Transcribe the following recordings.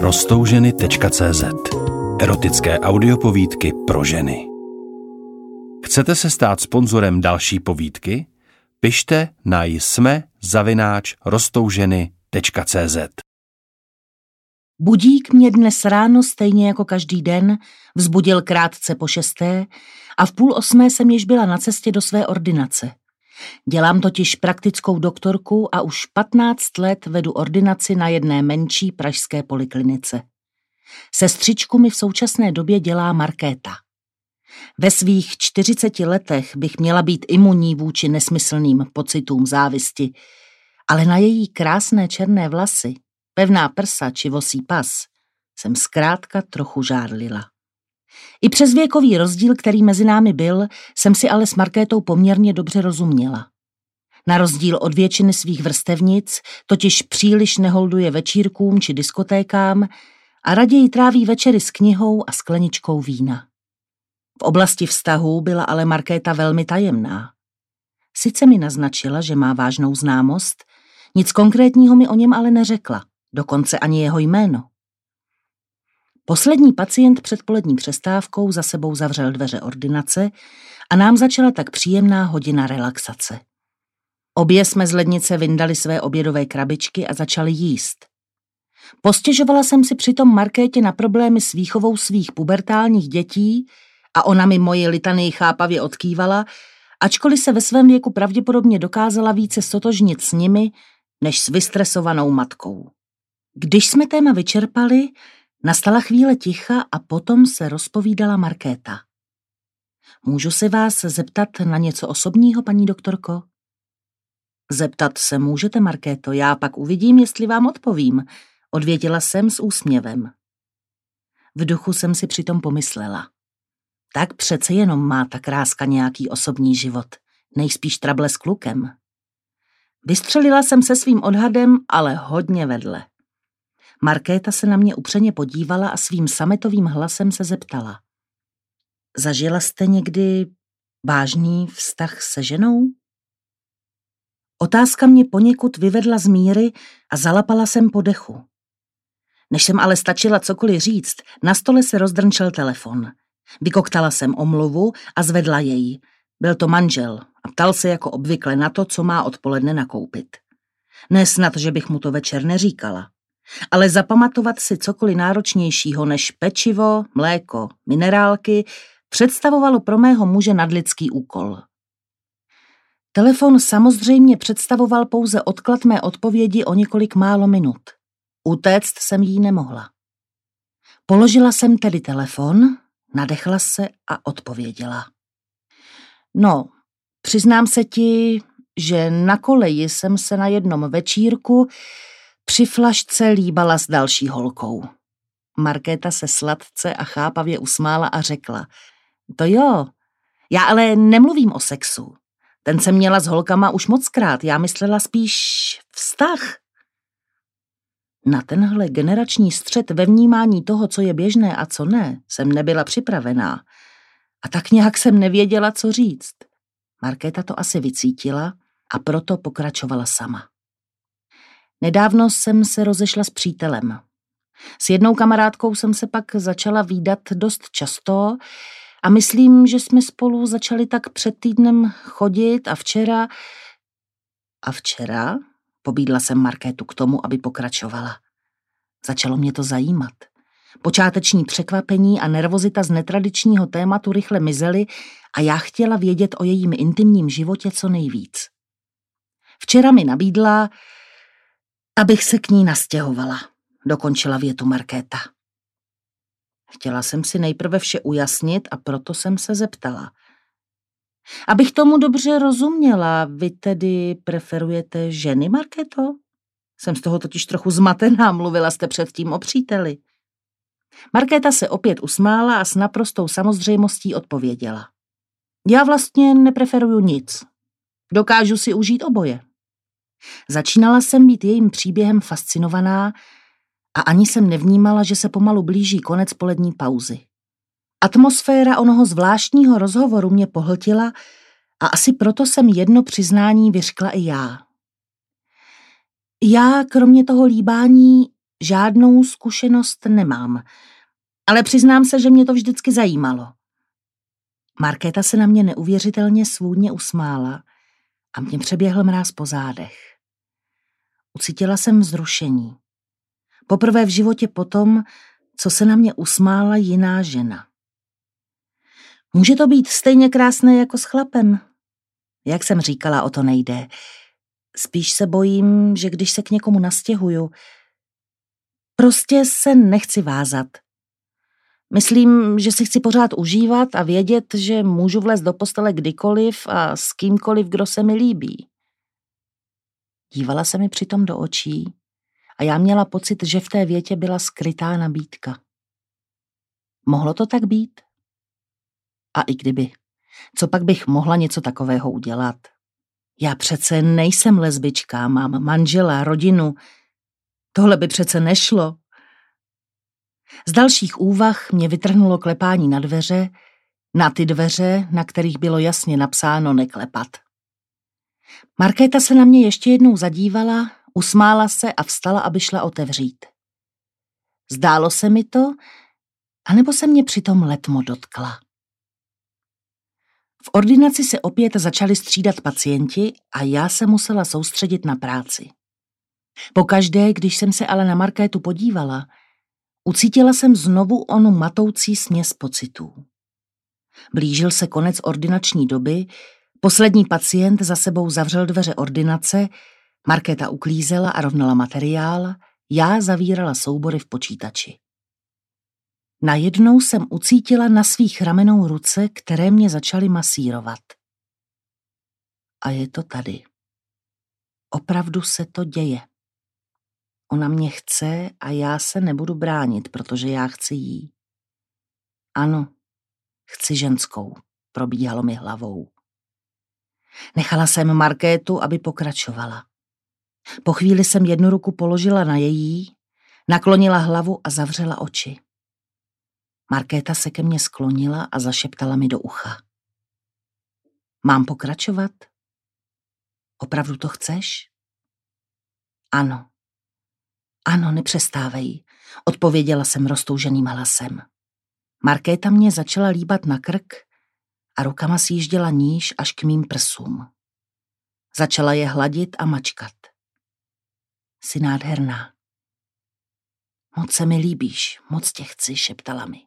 Rostouženy.cz. Erotické audiopovídky pro ženy. Chcete se stát sponzorem další povídky? Pište na jsme@rostouženy.cz. Budík mě dnes ráno stejně jako každý den vzbudil krátce po 6. a v 7:30 jsem již byla na cestě do své ordinace. Dělám totiž praktickou doktorku a už 15 let vedu ordinaci na jedné menší pražské poliklinice. Sestřičku mi v současné době dělá Markéta. Ve svých 40 letech bych měla být imunní vůči nesmyslným pocitům závisti, ale na její krásné černé vlasy, pevná prsa či vosí pas jsem zkrátka trochu žárlila. I přes věkový rozdíl, který mezi námi byl, jsem si ale s Markétou poměrně dobře rozuměla. Na rozdíl od většiny svých vrstevnic totiž příliš neholduje večírkům či diskotékám a raději tráví večery s knihou a skleničkou vína. V oblasti vztahů byla ale Markéta velmi tajemná. Sice mi naznačila, že má vážnou známost, nic konkrétního mi o něm ale neřekla, dokonce ani jeho jméno. Poslední pacient před polední přestávkou za sebou zavřel dveře ordinace a nám začala tak příjemná hodina relaxace. Obě jsme z lednice vyndali své obědové krabičky a začali jíst. Postěžovala jsem si přitom Markétě na problémy s výchovou svých pubertálních dětí a ona mi moji litanii chápavě odkývala, ačkoliv se ve svém věku pravděpodobně dokázala více stotožnit s nimi, než s vystresovanou matkou. Když jsme téma vyčerpali, nastala chvíle ticha a potom se rozpovídala Markéta. Můžu se vás zeptat na něco osobního, paní doktorko? Zeptat se můžete, Markéto, já pak uvidím, jestli vám odpovím, odvětila jsem s úsměvem. V duchu jsem si přitom pomyslela. Tak přece jenom má ta kráska nějaký osobní život, nejspíš trable s klukem. Vystřelila jsem se svým odhadem, ale hodně vedle. Markéta se na mě upřeně podívala a svým sametovým hlasem se zeptala. Zažila jste někdy vážný vztah se ženou? Otázka mě poněkud vyvedla z míry a zalapala jsem po dechu. Než jsem ale stačila cokoliv říct, na stole se rozdrnčel telefon. Vykoktala jsem omluvu a zvedla jej. Byl to manžel a ptal se jako obvykle na to, co má odpoledne nakoupit. Nesnad, že bych mu to večer neříkala. Ale zapamatovat si cokoliv náročnějšího než pečivo, mléko, minerálky představovalo pro mého muže nadlidský úkol. Telefon samozřejmě představoval pouze odklad mé odpovědi o několik málo minut. Utéct jsem jí nemohla. Položila jsem tedy telefon, nadechla se a odpověděla. No, přiznám se ti, že na koleji jsem se na jednom večírku při flašce líbala s další holkou. Markéta se sladce a chápavě usmála a řekla. To jo, já ale nemluvím o sexu. Ten jsem měla s holkama už mockrát, já myslela spíš vztah. Na tenhle generační střet ve vnímání toho, co je běžné a co ne, jsem nebyla připravená. A tak nějak jsem nevěděla, co říct. Markéta to asi vycítila a proto pokračovala sama. Nedávno jsem se rozešla s přítelem. S jednou kamarádkou jsem se pak začala vídat dost často a myslím, že jsme spolu začali tak před týdnem chodit a včera... A včera? Pobídla jsem Markétu k tomu, aby pokračovala. Začalo mě to zajímat. Počáteční překvapení a nervozita z netradičního tématu rychle mizely a já chtěla vědět o jejím intimním životě co nejvíc. Včera mi nabídla, abych se k ní nastěhovala, dokončila větu Markéta. Chtěla jsem si nejprve vše ujasnit a proto jsem se zeptala. Abych tomu dobře rozuměla, vy tedy preferujete ženy, Markéto? Jsem z toho totiž trochu zmatená, mluvila jste předtím o příteli. Markéta se opět usmála a s naprostou samozřejmostí odpověděla. Já vlastně nepreferuju nic. Dokážu si užít oboje. Začínala jsem být jejím příběhem fascinovaná a ani jsem nevnímala, že se pomalu blíží konec polední pauzy. Atmosféra onoho zvláštního rozhovoru mě pohltila a asi proto jsem jedno přiznání vyřkla i já. Já kromě toho líbání žádnou zkušenost nemám, ale přiznám se, že mě to vždycky zajímalo. Markéta se na mě neuvěřitelně svůdně usmála a mě přeběhl mráz po zádech. Ucítila jsem vzrušení. Poprvé v životě potom, co se na mě usmála jiná žena. Může to být stejně krásné jako s chlapem? Jak jsem říkala, o to nejde. Spíš se bojím, že když se k někomu nastěhuju, prostě se nechci vázat. Myslím, že si chci pořád užívat a vědět, že můžu vlézt do postele kdykoliv a s kýmkoliv, kdo se mi líbí. Dívala se mi přitom do očí a já měla pocit, že v té větě byla skrytá nabídka. Mohlo to tak být? A i kdyby, co pak bych mohla něco takového udělat? Já přece nejsem lesbička, mám manžela, rodinu. Tohle by přece nešlo. Z dalších úvah mě vytrhnulo klepání na ty dveře, na kterých bylo jasně napsáno neklepat. Markéta se na mě ještě jednou zadívala, usmála se a vstala, aby šla otevřít. Zdálo se mi to, anebo se mě přitom letmo dotkla. V ordinaci se opět začali střídat pacienti a já se musela soustředit na práci. Pokaždé, když jsem se ale na Markétu podívala, ucítila jsem znovu onu matoucí směs pocitů. Blížil se konec ordinační doby, poslední pacient za sebou zavřel dveře ordinace, Markéta uklízela a rovnala materiál, já zavírala soubory v počítači. Najednou jsem ucítila na svých ramenou ruce, které mě začaly masírovat. A je to tady. Opravdu se to děje. Ona mě chce a já se nebudu bránit, protože já chci jí. Ano, chci ženskou, probíhalo mi hlavou. Nechala jsem Markétu, aby pokračovala. Po chvíli jsem jednu ruku položila na její, naklonila hlavu a zavřela oči. Markéta se ke mně sklonila a zašeptala mi do ucha. Mám pokračovat? Opravdu to chceš? Ano. Ano, nepřestávej, odpověděla jsem roztouženým hlasem. Markéta mě začala líbat na krk a rukama sjížděla níž až k mým prsům. Začala je hladit a mačkat. Jsi nádherná. Moc se mi líbíš, moc tě chci, šeptala mi.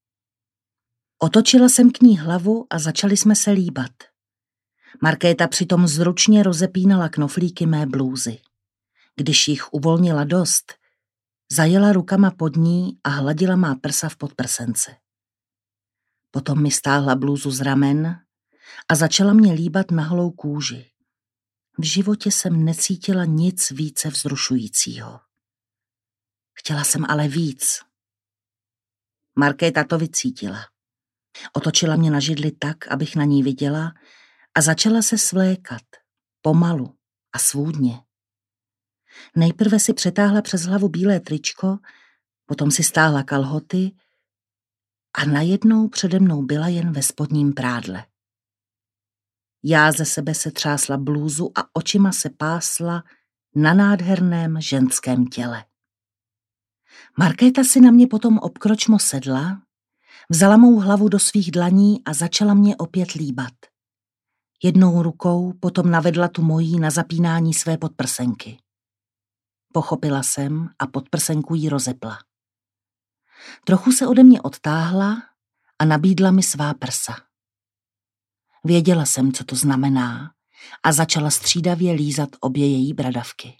Otočila jsem k ní hlavu a začali jsme se líbat. Markéta přitom zručně rozepínala knoflíky mé blůzy. Když jich uvolnila dost, zajela rukama pod ní a hladila má prsa v podprsence. Potom mi stáhla blůzu z ramen a začala mě líbat na holou kůži. V životě jsem necítila nic více vzrušujícího. Chtěla jsem ale víc. Markéta to vycítila. Otočila mě na židli tak, abych na ní viděla, a začala se svlékat, pomalu a svůdně. Nejprve si přetáhla přes hlavu bílé tričko, potom si stáhla kalhoty a najednou přede mnou byla jen ve spodním prádle. Já ze sebe se třásla blůzu a očima se pásla na nádherném ženském těle. Markéta si na mě potom obkročmo sedla, vzala mou hlavu do svých dlaní a začala mě opět líbat. Jednou rukou potom navedla tu mojí na zapínání své podprsenky. Pochopila jsem a podprsenku jí rozepla. Trochu se ode mě odtáhla a nabídla mi svá prsa. Věděla jsem, co to znamená, a začala střídavě lízat obě její bradavky.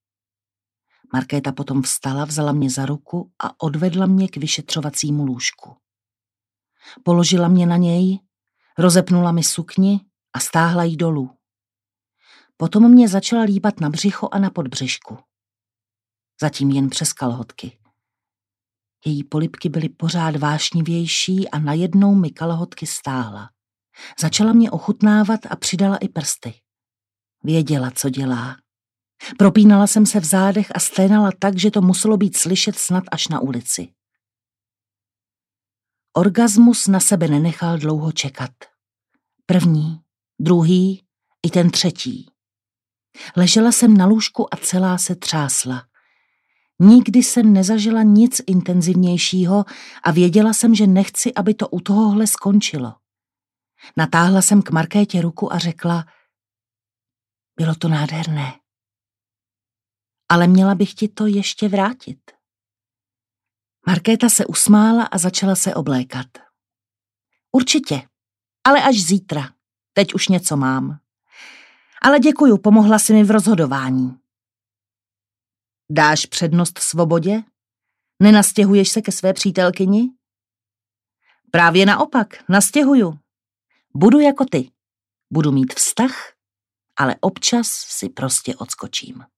Markéta potom vstala, vzala mě za ruku a odvedla mě k vyšetřovacímu lůžku. Položila mě na něj, rozepnula mi sukni a stáhla ji dolů. Potom mě začala líbat na břicho a na podbřišku. Zatím jen přes kalhotky. Její polibky byly pořád vášnivější a najednou mi kalhotky stáhla. Začala mě ochutnávat a přidala i prsty. Věděla, co dělá. Propínala jsem se v zádech a sténala tak, že to muselo být slyšet snad až na ulici. Orgasmus na sebe nenechal dlouho čekat. První, druhý i ten třetí. Ležela jsem na lůžku a celá se třásla. Nikdy jsem nezažila nic intenzivnějšího a věděla jsem, že nechci, aby to u tohohle skončilo. Natáhla jsem k Markétě ruku a řekla: bylo to nádherné. Ale měla bych ti to ještě vrátit. Markéta se usmála a začala se oblékat. Určitě, ale až zítra. Teď už něco mám. Ale děkuju, pomohla si mi v rozhodování. Dáš přednost svobodě? Nenastěhuješ se ke své přítelkyni? Právě naopak, nastěhuju. Budu jako ty. Budu mít vztah, ale občas si prostě odskočím.